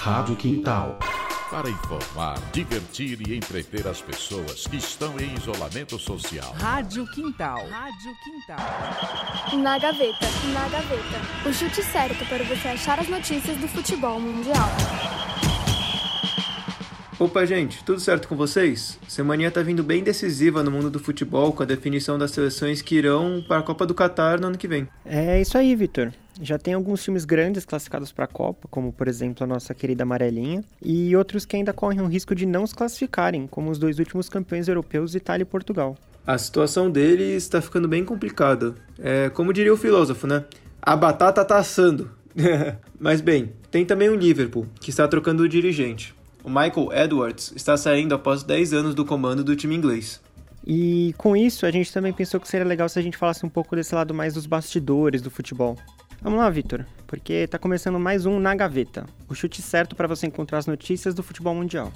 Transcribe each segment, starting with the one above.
Rádio Quintal. Para informar, divertir e entreter as pessoas que estão em isolamento social. Rádio Quintal. Rádio Quintal. Na gaveta. Na gaveta. O chute certo para você achar as notícias do futebol mundial. Opa, gente, tudo certo com vocês? Semaninha tá vindo bem decisiva no mundo do futebol com a definição das seleções que irão para a Copa do Catar no ano que vem. É isso aí, Vitor. Já tem alguns times grandes classificados para a Copa, como por exemplo a nossa querida Amarelinha, e outros que ainda correm o risco de não se classificarem, como os dois últimos campeões europeus, Itália e Portugal. A situação deles está ficando bem complicada. Como diria o filósofo, né? A batata tá assando. Mas bem, tem também o Liverpool, que está trocando o dirigente. O Michael Edwards está saindo após 10 anos do comando do time inglês. E com isso, a gente também pensou que seria legal se a gente falasse um pouco desse lado mais dos bastidores do futebol. Vamos lá, Vitor, porque tá começando mais um Na Gaveta, o chute certo para você encontrar as notícias do futebol mundial.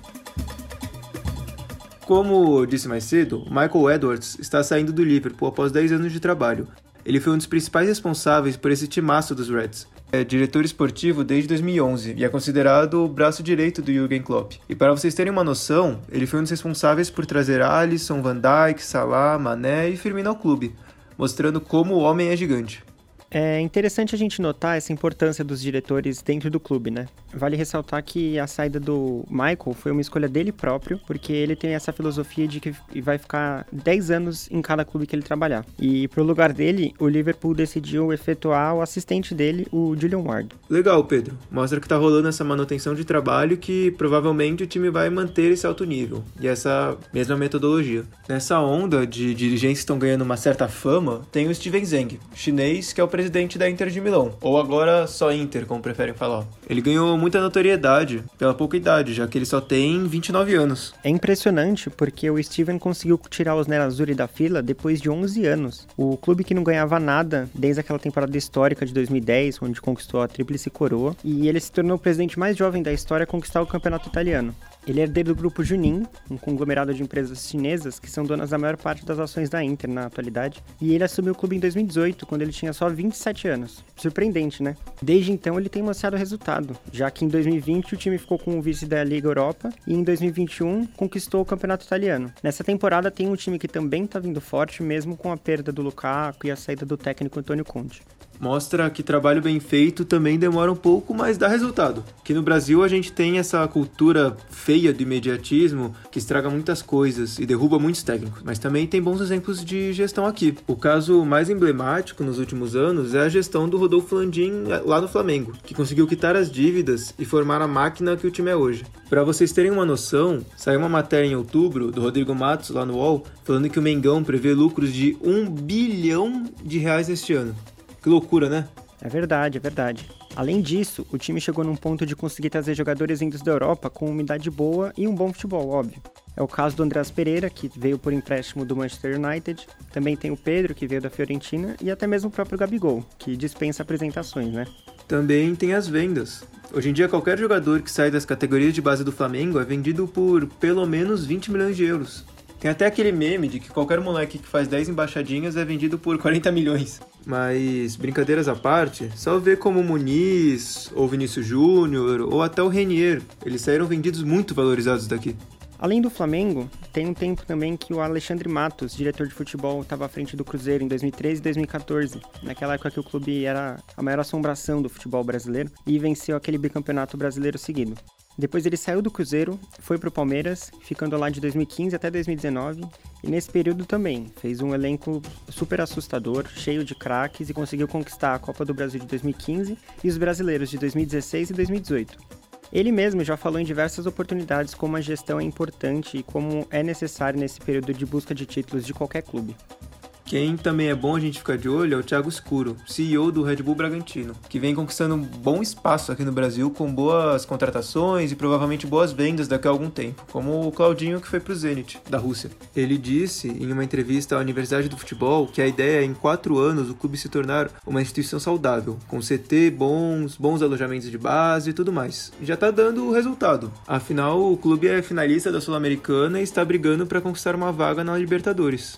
Como eu disse mais cedo, Michael Edwards está saindo do Liverpool após 10 anos de trabalho. Ele foi um dos principais responsáveis por esse timaço dos Reds. É diretor esportivo desde 2011 e é considerado o braço direito do Jürgen Klopp. E para vocês terem uma noção, ele foi um dos responsáveis por trazer Alisson, Van Dijk, Salah, Mané e Firmino ao clube, mostrando como o homem é gigante. É interessante a gente notar essa importância dos diretores dentro do clube, né? Vale ressaltar que a saída do Michael foi uma escolha dele próprio, porque ele tem essa filosofia de que vai ficar 10 anos em cada clube que ele trabalhar. E pro lugar dele, o Liverpool decidiu efetuar o assistente dele, o Julian Ward. Legal, Pedro. Mostra que tá rolando essa manutenção de trabalho que provavelmente o time vai manter esse alto nível e essa mesma metodologia. Nessa onda de dirigentes que estão ganhando uma certa fama, tem o Steven Zeng, chinês que é o presidente da Inter de Milão, ou agora só Inter, como preferem falar. Ele ganhou muita notoriedade pela pouca idade, já que ele só tem 29 anos. É impressionante porque o Steven conseguiu tirar os Nerazzurri da fila depois de 11 anos. O clube que não ganhava nada desde aquela temporada histórica de 2010, onde conquistou a Tríplice Coroa, e ele se tornou o presidente mais jovem da história a conquistar o campeonato italiano. Ele é herdeiro do grupo Junin, um conglomerado de empresas chinesas que são donas da maior parte das ações da Inter na atualidade, e ele assumiu o clube em 2018, quando ele tinha só 27 anos. Surpreendente, né? Desde então ele tem mostrado resultado, já que em 2020 o time ficou com o vice da Liga Europa e em 2021 conquistou o campeonato italiano. Nessa temporada tem um time que também tá vindo forte, mesmo com a perda do Lukaku e a saída do técnico Antônio Conte. Mostra que trabalho bem feito também demora um pouco, mas dá resultado. Aqui no Brasil a gente tem essa cultura feia do imediatismo que estraga muitas coisas e derruba muitos técnicos, mas também tem bons exemplos de gestão aqui. O caso mais emblemático nos últimos anos é a gestão do Rodolfo Landim lá no Flamengo, que conseguiu quitar as dívidas e formar a máquina que o time é hoje. Para vocês terem uma noção, saiu uma matéria em outubro do Rodrigo Matos lá no UOL, falando que o Mengão prevê lucros de R$1 bilhão este ano. Que loucura, né? É verdade, é verdade. Além disso, o time chegou num ponto de conseguir trazer jogadores vindos da Europa com uma idade boa e um bom futebol, óbvio. É o caso do Andreas Pereira, que veio por empréstimo do Manchester United. Também tem o Pedro, que veio da Fiorentina. E até mesmo o próprio Gabigol, que dispensa apresentações, né? Também tem as vendas. Hoje em dia, qualquer jogador que sai das categorias de base do Flamengo é vendido por pelo menos 20 milhões de euros. Tem até aquele meme de que qualquer moleque que faz 10 embaixadinhas é vendido por 40 milhões. Mas, brincadeiras à parte, só ver como o Muniz, ou Vinícius Júnior, ou até o Renier, eles saíram vendidos muito valorizados daqui. Além do Flamengo, tem um tempo também que o Alexandre Matos, diretor de futebol, estava à frente do Cruzeiro em 2013 e 2014, naquela época que o clube era a maior assombração do futebol brasileiro e venceu aquele bicampeonato brasileiro seguido. Depois ele saiu do Cruzeiro, foi pro Palmeiras, ficando lá de 2015 até 2019, e nesse período também fez um elenco super assustador, cheio de craques e conseguiu conquistar a Copa do Brasil de 2015 e os brasileiros de 2016 e 2018. Ele mesmo já falou em diversas oportunidades como a gestão é importante e como é necessário nesse período de busca de títulos de qualquer clube. Quem também é bom a gente ficar de olho é o Thiago Scuro, CEO do Red Bull Bragantino, que vem conquistando um bom espaço aqui no Brasil com boas contratações e provavelmente boas vendas daqui a algum tempo, como o Claudinho que foi pro Zenit, da Rússia. Ele disse em uma entrevista à Universidade do Futebol que a ideia é em 4 anos o clube se tornar uma instituição saudável, com CT bons alojamentos de base e tudo mais. E já tá dando resultado. Afinal, o clube é finalista da Sul-Americana e está brigando para conquistar uma vaga na Libertadores.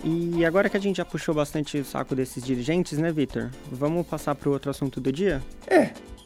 E agora que a gente já puxou bastante o saco desses dirigentes, né, Vitor? Vamos passar para o outro assunto do dia?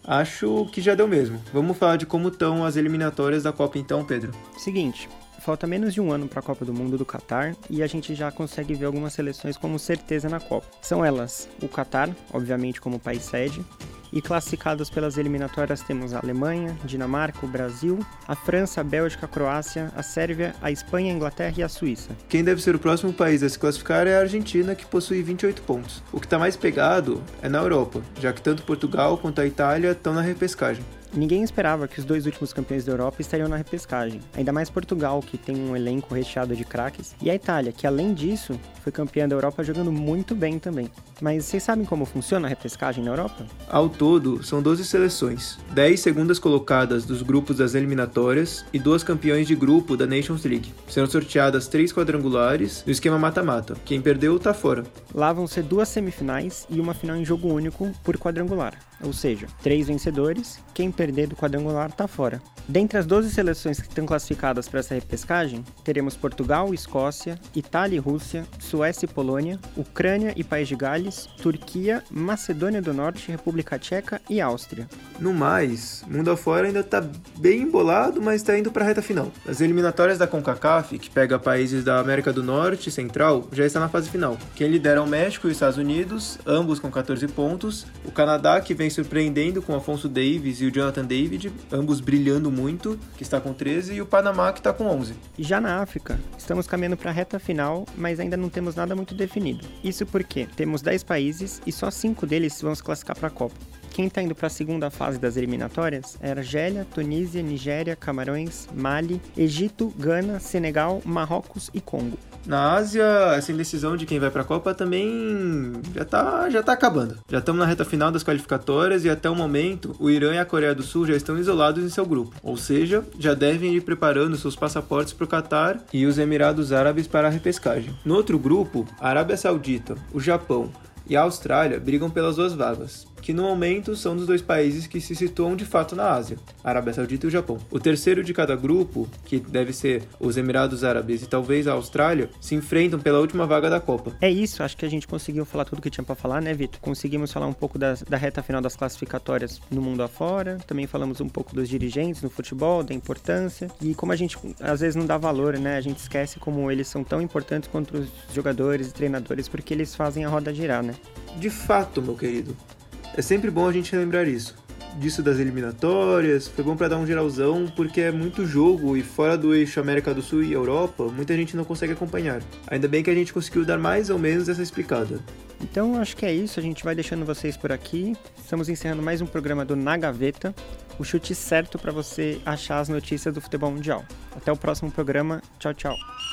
Acho que já deu mesmo. Vamos falar de como estão as eliminatórias da Copa então, Pedro. Seguinte, falta menos de um ano para a Copa do Mundo do Catar e a gente já consegue ver algumas seleções como certeza na Copa. São elas o Catar, obviamente como país sede, e classificados pelas eliminatórias temos a Alemanha, Dinamarca, o Brasil, a França, a Bélgica, a Croácia, a Sérvia, a Espanha, a Inglaterra e a Suíça. Quem deve ser o próximo país a se classificar é a Argentina, que possui 28 pontos. O que está mais pegado é na Europa, já que tanto Portugal quanto a Itália estão na repescagem. Ninguém esperava que os dois últimos campeões da Europa estariam na repescagem, ainda mais Portugal, que tem um elenco recheado de craques, e a Itália, que além disso, foi campeã da Europa jogando muito bem também. Mas vocês sabem como funciona a repescagem na Europa? Ao todo, são 12 seleções, 10 segundas colocadas dos grupos das eliminatórias e 2 campeões de grupo da Nations League. Serão sorteadas 3 quadrangulares no esquema mata-mata. Quem perdeu tá fora. Lá vão ser 2 semifinais e uma final em jogo único por quadrangular. Ou seja, 3 vencedores, quem perder do quadrangular tá fora. Dentre as 12 seleções que estão classificadas para essa repescagem, teremos Portugal, Escócia, Itália e Rússia, Suécia e Polônia, Ucrânia e País de Gales, Turquia, Macedônia do Norte, República Tcheca e Áustria. No mais, mundo afora ainda tá bem embolado, mas tá indo pra reta final. As eliminatórias da CONCACAF, que pega países da América do Norte e Central, já está na fase final. Quem lidera é o México e os Estados Unidos, ambos com 14 pontos, o Canadá, que vem surpreendendo com o Alphonso Davies e o Jonathan David, ambos brilhando muito, que está com 13, e o Panamá, que está com 11. E já na África, estamos caminhando para a reta final, mas ainda não temos nada muito definido. Isso porque temos 10 países e só 5 deles vão se classificar para a Copa. Quem está indo para a segunda fase das eliminatórias é Argélia, Tunísia, Nigéria, Camarões, Mali, Egito, Gana, Senegal, Marrocos e Congo. Na Ásia, essa indecisão de quem vai para a Copa também já tá acabando. Já estamos na reta final das qualificatórias e até o momento o Irã e a Coreia do Sul já estão isolados em seu grupo. Ou seja, já devem ir preparando seus passaportes para o Catar e os Emirados Árabes para a repescagem. No outro grupo, a Arábia Saudita, o Japão e a Austrália brigam pelas 2 vagas, que no momento são dos 2 países que se situam de fato na Ásia, a Arábia Saudita e o Japão. O terceiro de cada grupo, que deve ser os Emirados Árabes e talvez a Austrália, se enfrentam pela última vaga da Copa. É isso, acho que a gente conseguiu falar tudo que tinha para falar, né, Vitor? Conseguimos falar um pouco da reta final das classificatórias no mundo afora, também falamos um pouco dos dirigentes no futebol, da importância, e como a gente às vezes não dá valor, né, a gente esquece como eles são tão importantes quanto os jogadores e treinadores, porque eles fazem a roda girar, né? De fato, meu querido. É sempre bom a gente relembrar isso. Disso das eliminatórias, foi bom pra dar um geralzão, porque é muito jogo e fora do eixo América do Sul e Europa, muita gente não consegue acompanhar. Ainda bem que a gente conseguiu dar mais ou menos essa explicada. Então acho que é isso, a gente vai deixando vocês por aqui. Estamos encerrando mais um programa do Na Gaveta, o chute certo para você achar as notícias do futebol mundial. Até o próximo programa, tchau, tchau.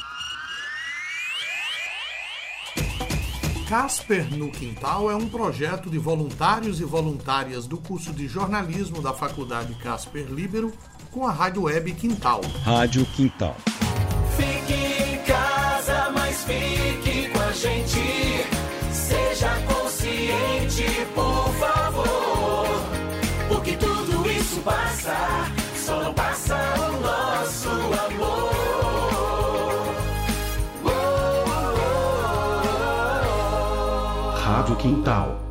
Casper no Quintal é um projeto de voluntários e voluntárias do curso de jornalismo da Faculdade Casper Líbero com a Rádio Web Quintal. Rádio Quintal. Fique em casa, mas fique com a gente. Seja consciente, por favor. Porque tudo isso passa, só não passa o nosso amor. Rádio Quintal.